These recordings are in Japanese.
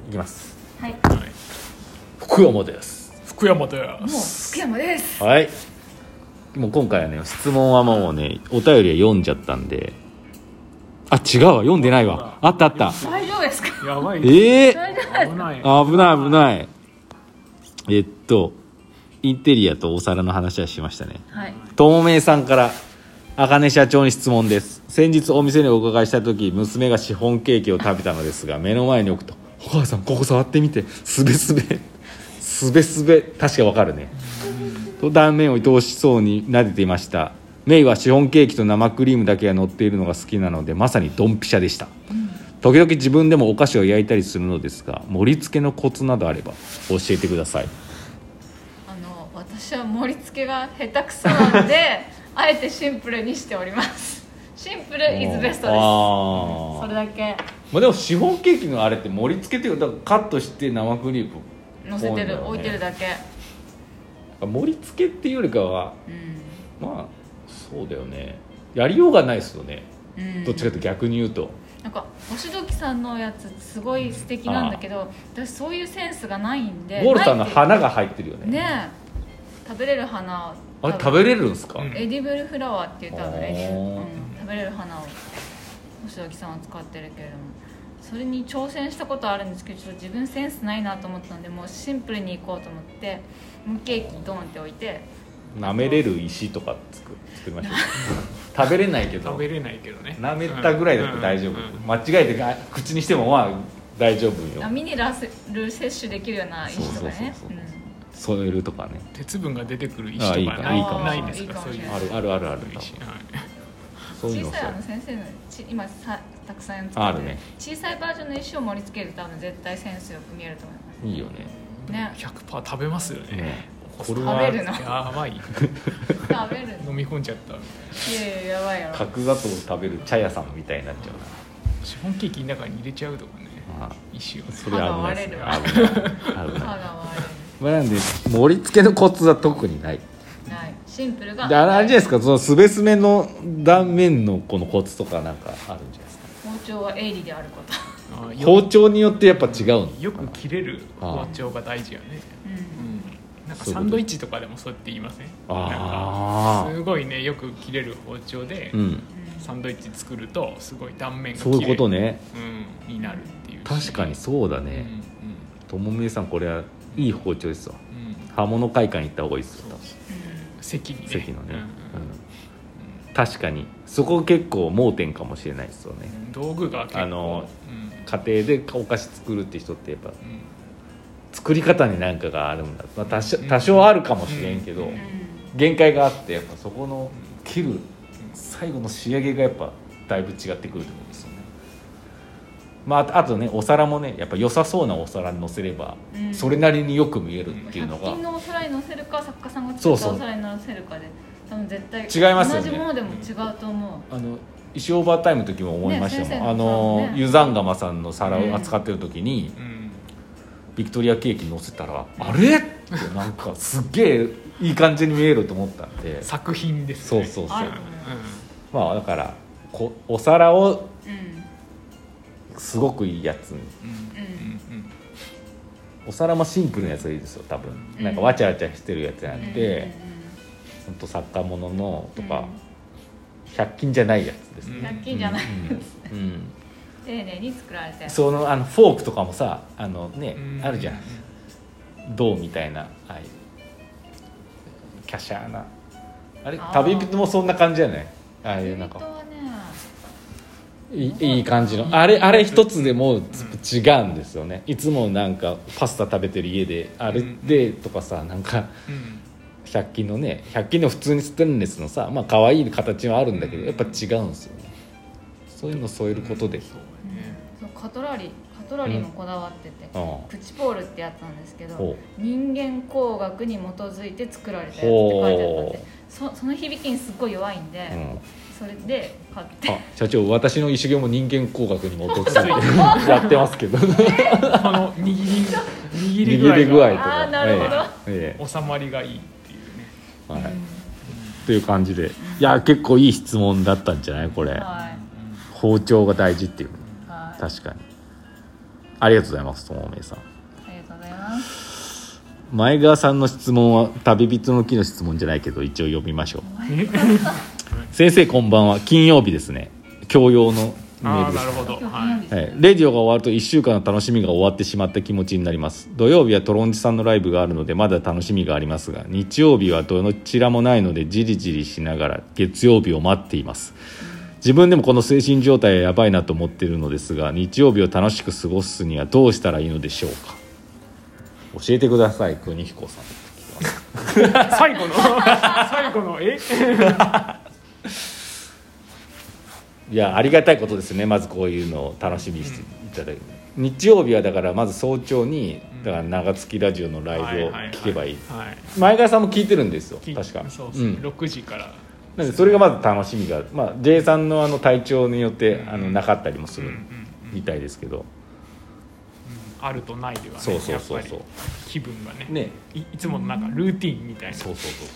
いきます。 はい、 福山です。 福山です。福山です。 はい。もう今回はね、質問はもうね、お便りは読んじゃったんで、あ、違うわ、読んでないわ。あったあった。 大丈夫ですか？ やばい。 大丈夫ですか？ 危ない。インテリアとお皿の話はしましたね。 はい。 ともめいさんから、あかね社長に質問です。先日お店にお伺いした時、娘がシフォンケーキを食べたのですが、目の前に置くと、お母さんここ触ってみて、すべすべ、確かわかるね。と断面を愛おしそうに撫でていました。メイはシフォンケーキと生クリームだけが乗っているのが好きなので、まさにドンピシャでした。時々自分でもお菓子を焼いたりするのですが、盛り付けのコツなどあれば教えてください。 私は盛り付けが下手くそなのであえてシンプルにしております。シンプルイズベストです。それだけ。 まあ、でもシフォンケーキのあれって盛り付けっていうか、カットして生クリーム乗せてる、置いてるだけ。 盛り付けっていうよりかは、まあそうだよね、やりようがないですよね、どっちかというと逆に言うと。 なんか星時さんのやつすごい素敵なんだけど、私そういうセンスがないんで。 ゴールさんの花が入ってるよね。 ねえ、食べれる花。 あれ食べれるんですか？ エディブルフラワーって言ったら食べれる花を星時さんは使ってるけれども、それに挑戦したことあるんですけど、ちょっと自分センスないなと思ったので、もうシンプルにいこうと思ってケーキドンって置いて、 舐めれる石とか作りましょう食べれないけどね、 舐めたぐらいだと大丈夫、間違えて口にしてもまあ大丈夫よ。 ミネラル摂取できるような石とかね、 添えるとかね、 鉄分が出てくる石とかないですか？そういうあるそういうの。 小さい先生の今たくさん使ってる小さいバージョンの石を盛り付けると多分絶対センスよく見えると思います。 いいよね。 100% 食べますよね。 これは食べるのやばい食べるの飲み込んじゃった。 いややばいやろ。 角砂糖を食べる茶屋さんみたいになっちゃうな。 シフォンケーキの中に入れちゃうとかね、石を。 それ危ないですね。 歯が割れるわ。なんで盛り付けのコツは特にない。 シンプルが。 であれじゃないですか、そのすべすべの断面のこのコツとかなんかあるんじゃないですか。 包丁は鋭利であること。 包丁によってやっぱ違うの。 よく切れる包丁が大事よね。なんかサンドイッチとかでもそうやって言いません？なんかすごいね、よく切れる包丁でサンドイッチ作るとすごい断面がそういうことね、 になるっていう。 確かにそうだね。ともめいさんこれはいい包丁ですわ。刃物会館行った方がいいですよ。 関のね、 確かにそこ結構盲点かもしれないですよね。 道具が結構家庭でお菓子作るって人ってやっぱ作り方に何かがあるんだ、まあ、多少あるかもしれんけど、限界があって、やっぱそこの切る最後の仕上げがやっぱだいぶ違ってくるってことですよね。まあ、あとね、お皿もね、やっぱ良さそうなお皿に乗せればそれなりによく見えるっていうのが、 100均のお皿に乗せるか作家さんが作ったお皿に乗せるかで多分絶対違いますよね。 同じものでも違うと思う。 石オーバータイムの時も思いましたもん、ユザンガマさんの皿を扱ってる時に、ビクトリアケーキ乗せたら、あれってなんかすっげえいい感じに見えると思ったんで作品ですね。 そう、まあだからお皿をすごくいいやつに、お皿もシンプルなやつがいいですよ多分。なんかわちゃわちゃしてるやつじゃなくて、ほんと作家物のとか、100均じゃないやつですね。 100均じゃないやつ、丁寧に作られて、 そのフォークとかもさ、あるじゃん、銅みたいな、キャシャーなあれ、旅人もそんな感じじゃない？ああいうなんかいい感じのあれ一つでも違うんですよね。いつもなんかパスタ食べてる家であれでとかさ、なんか100均の普通にステンレスのさ、まあ可愛い形はあるんだけど、やっぱ違うんですよね。そういうの添えることで、 カトラリーもこだわってて、プチポールってやつなんですけど、人間工学に基づいて作られたやつって書いてあったんで、その響きにすっごい弱いんで、それで買って。 社長、私の石毛も人間工学に基づいてやってますけどこの握り具合とか、なるほど、 収まりがいいっていうね、 という感じで、いや結構いい質問だったんじゃないこれ、包丁が大事っていう、確かにありがとうございます。ともめいさん、 ありがとうございます。 前川さんの質問は旅人の木の質問じゃないけど一応読みましょう。先生こんばんは。金曜日ですね。教養のメールです。 なるほど、 はい、レディオが終わると1週間の楽しみが終わってしまった気持ちになります。土曜日はトロンジさんのライブがあるのでまだ楽しみがありますが、日曜日はどちらもないのでじりじりしながら月曜日を待っています。自分でもこの精神状態はやばいなと思っているのですが、日曜日を楽しく過ごすにはどうしたらいいのでしょうか。教えてください、邦彦さん。 最後のいや、ありがたいことですね。まずこういうのを楽しみにしていただいて、日曜日はだからまず早朝にだから長月ラジオのライブを聞けばいい。前川さんも聞いてるんですよ、確か。 そうそう、6時からなんでそれがまず楽しみが、J さんの体調によってなかったりもするみたいですけど、 あるとないではね、 そうやっぱり気分が ね いつものなんかルーティンみたいな感じ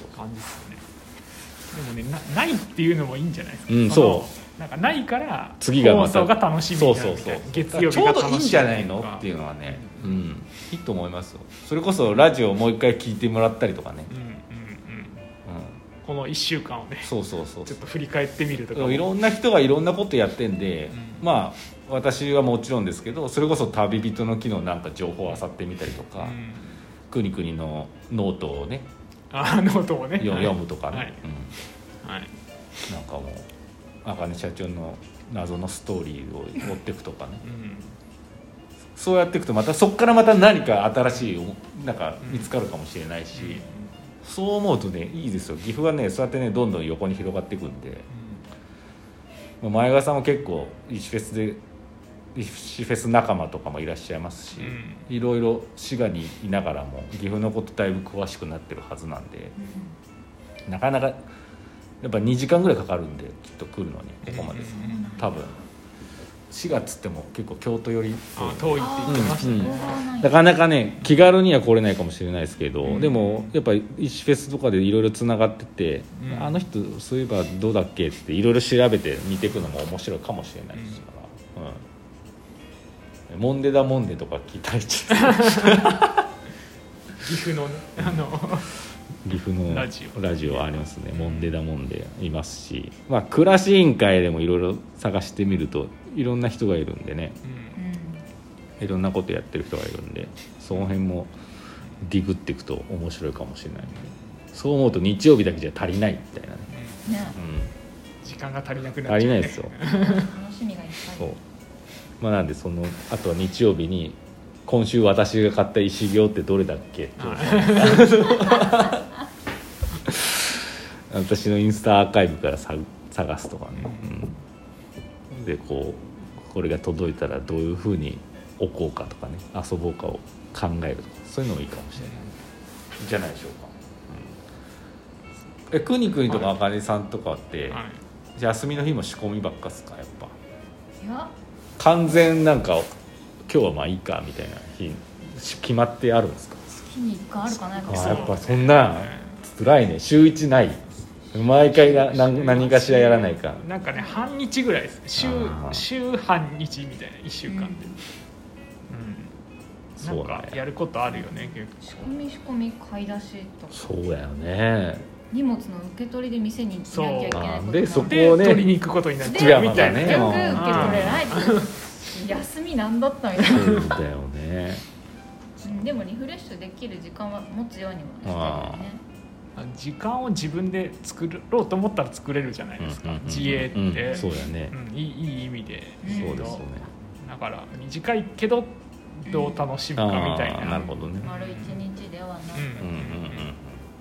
ですよね。でもね、ないっていうのもいいんじゃないですか。そうなんかないから次が放送が楽しみになるみたいな、月曜日が楽しみちょうどいいんじゃないのっていうのはね、いいと思いますよ。それこそラジオをもう一回聞いてもらったりとかね、 この1週間をね、 そうちょっと振り返ってみるとか、 いろんな人がいろんなことやってんで、私はもちろんですけど、それこそ旅人の木のなんか情報を漁ってみたりとか、くにくにのノートをね、 ノートをね読むとかね、なんかもう茜社長の謎のストーリーを持っていくとかね、そうやっていくとまたそこからまた何か新しいなんか見つかるかもしれないし、そう思うとね、いいですよ。岐阜はね、そうやってね、どんどん横に広がっていくんで、前川さんも結構石フェス仲間とかもいらっしゃいますし、いろいろ滋賀にいながらも岐阜のことだいぶ詳しくなってるはずなんで、なかなかやっぱ2時間ぐらいかかるんで、きっと来るのにここまで、多分4月っても結構京都寄り遠いって言ってましたね、 なかなかね気軽には来れないかもしれないですけど、でもやっぱり石フェスとかでいろいろつながってて、あの人そういえばどうだっけっていろいろ調べて見ていくのも面白いかもしれないですから、モンデだモンデとか聞いたりして岐阜のね岐阜のラジオありますね。モンデだモンデいますし、暮らし委員会でもいろいろ探してみるといろんな人がいるんでね、いろんなことやってる人がいるんで、その辺もディグっていくと面白いかもしれないので、そう思うと日曜日だけじゃ足りないみたいなね、 時間が足りなくなっちゃう、 足りないですよ楽しみがいっぱい。 そう、なんであとは日曜日に今週私が買った石行ってどれだっけって私のインスタアーカイブから探すとかね、でこれが届いたらどういうふうに置こうかとかね、遊ぼうかを考えるとか、そういうのもいいかもしれない、じゃないでしょうか。くにくにとかあかねさんとかって、休みの日も仕込みばっかっすか？やっぱいや完全なんか今日はまあいいかみたいな日決まってあるんですか？ 月に1回あるかないか。 やっぱそんな辛いね。週1ない、毎回何かしらやらないか。 なんかね、半日ぐらいです。週半日みたいな、1週間で、なんかやることあるよね、結構。 仕込み買い出しとか。 そうだよね。 荷物の受け取りで店に行かなきゃいけないことで、そこをね取りに行くことになっちゃうみたいなね。 結局受け取れない休みなんだったみたいな。 そうだよね。 でもリフレッシュできる時間は持つようにはしてるよね。 時間を自分で作ろうと思ったら作れるじゃないですか、自営って、 そうだね、 いい意味で、 そうですよね。 だから短いけどどう楽しむかみたいな、 なるほどね。 丸一日ではなく、 なるほどね。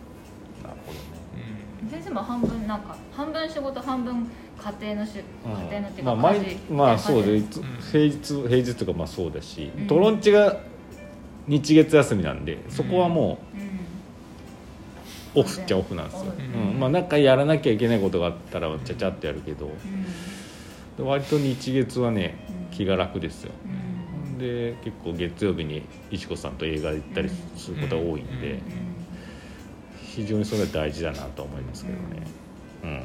先生も半分仕事半分家庭のっていうかそうで、平日とかそうだし、トロンチが日月休みなんで、そこはもうオフっちゃオフなんですよ。なんかやらなきゃいけないことがあったらちゃちゃっとやるけど、割と日月はね気が楽ですよ。で結構月曜日に石子さんと映画行ったりすることが多いんで、非常にそれは大事だなと思いますけどね。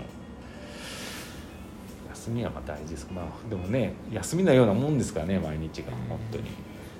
休みは大事です。でもね、休みのようなもんですからね、毎日が本当に。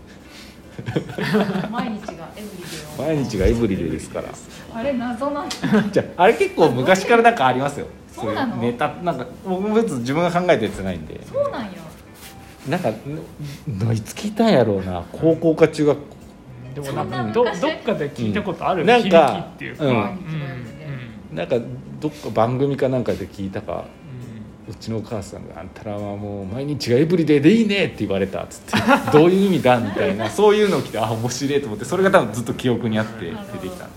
毎日がエブリデイ。 毎日がエブリデイですから。 あれ謎なんだ。 じゃああれ結構昔からなんかありますよ。 そうなの？ ネタなんか僕も別に自分が考えたやつないんで。 そうなんよ。 なんかいつ聞いたんやろうな、高校か中学校。 でもなんかどっかで聞いたことある、 なんかっていうか、 なんかどっか番組かなんかで聞いたか、うちのお母さんがあんたらはもう毎日がエブリデイでいいねって言われたっつってどういう意味だみたいなそういうのを聞いて面白いと思って、それが多分ずっと記憶にあって出てきた。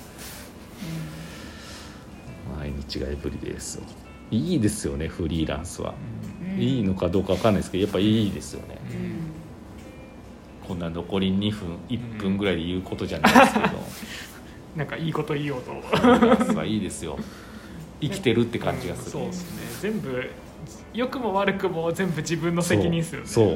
毎日がエブリデイですよ。いいですよね、フリーランスは。いいのかどうか分かんないですけど、やっぱいいですよね。こんな残り2分1分ぐらいで言うことじゃないですけどなんかいいこと言おうといいですよ。生きてるって感じがする。 そうですね。全部良くも悪くも全部自分の責任ですよね。 そう、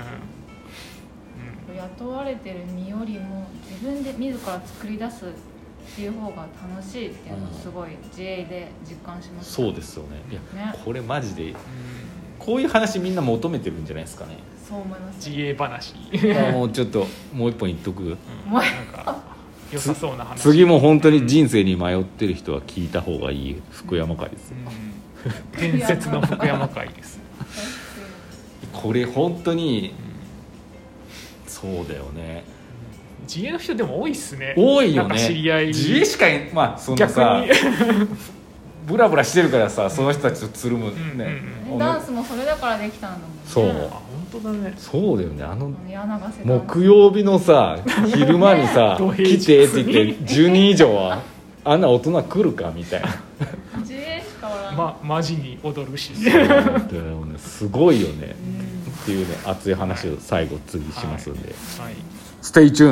雇われてる身よりも自分で自ら作り出すっていう方が楽しいっていうのをすごい自営で実感しました。 そうですよね。いや、これマジでこういう話みんな求めてるんじゃないですかね。 そう思います。 自営話もうちょっともう一本言っとく、 なんか良さそうな話。 次も本当に人生に迷ってる人は聞いた方がいい福山会ですよ、 伝説の福山会ですこれ本当に、そうだよね。 自営の人でも多いっすね。 多いよね。 なんか知り合い自営しかまあそのさブラブラしてるからさ、その人たちとつるむね、 ダンスもそれだからできたんだもんね。 そう、 本当だね。 そうだよね。 木曜日のさ昼間にさ来てって言って10人以上はあんな大人来るかみたいな。 自営しかおらん。 マジに踊るしそうだよね。すごいよね、っていうね熱い話を最後次しますんで、 はい、 ステイチューン。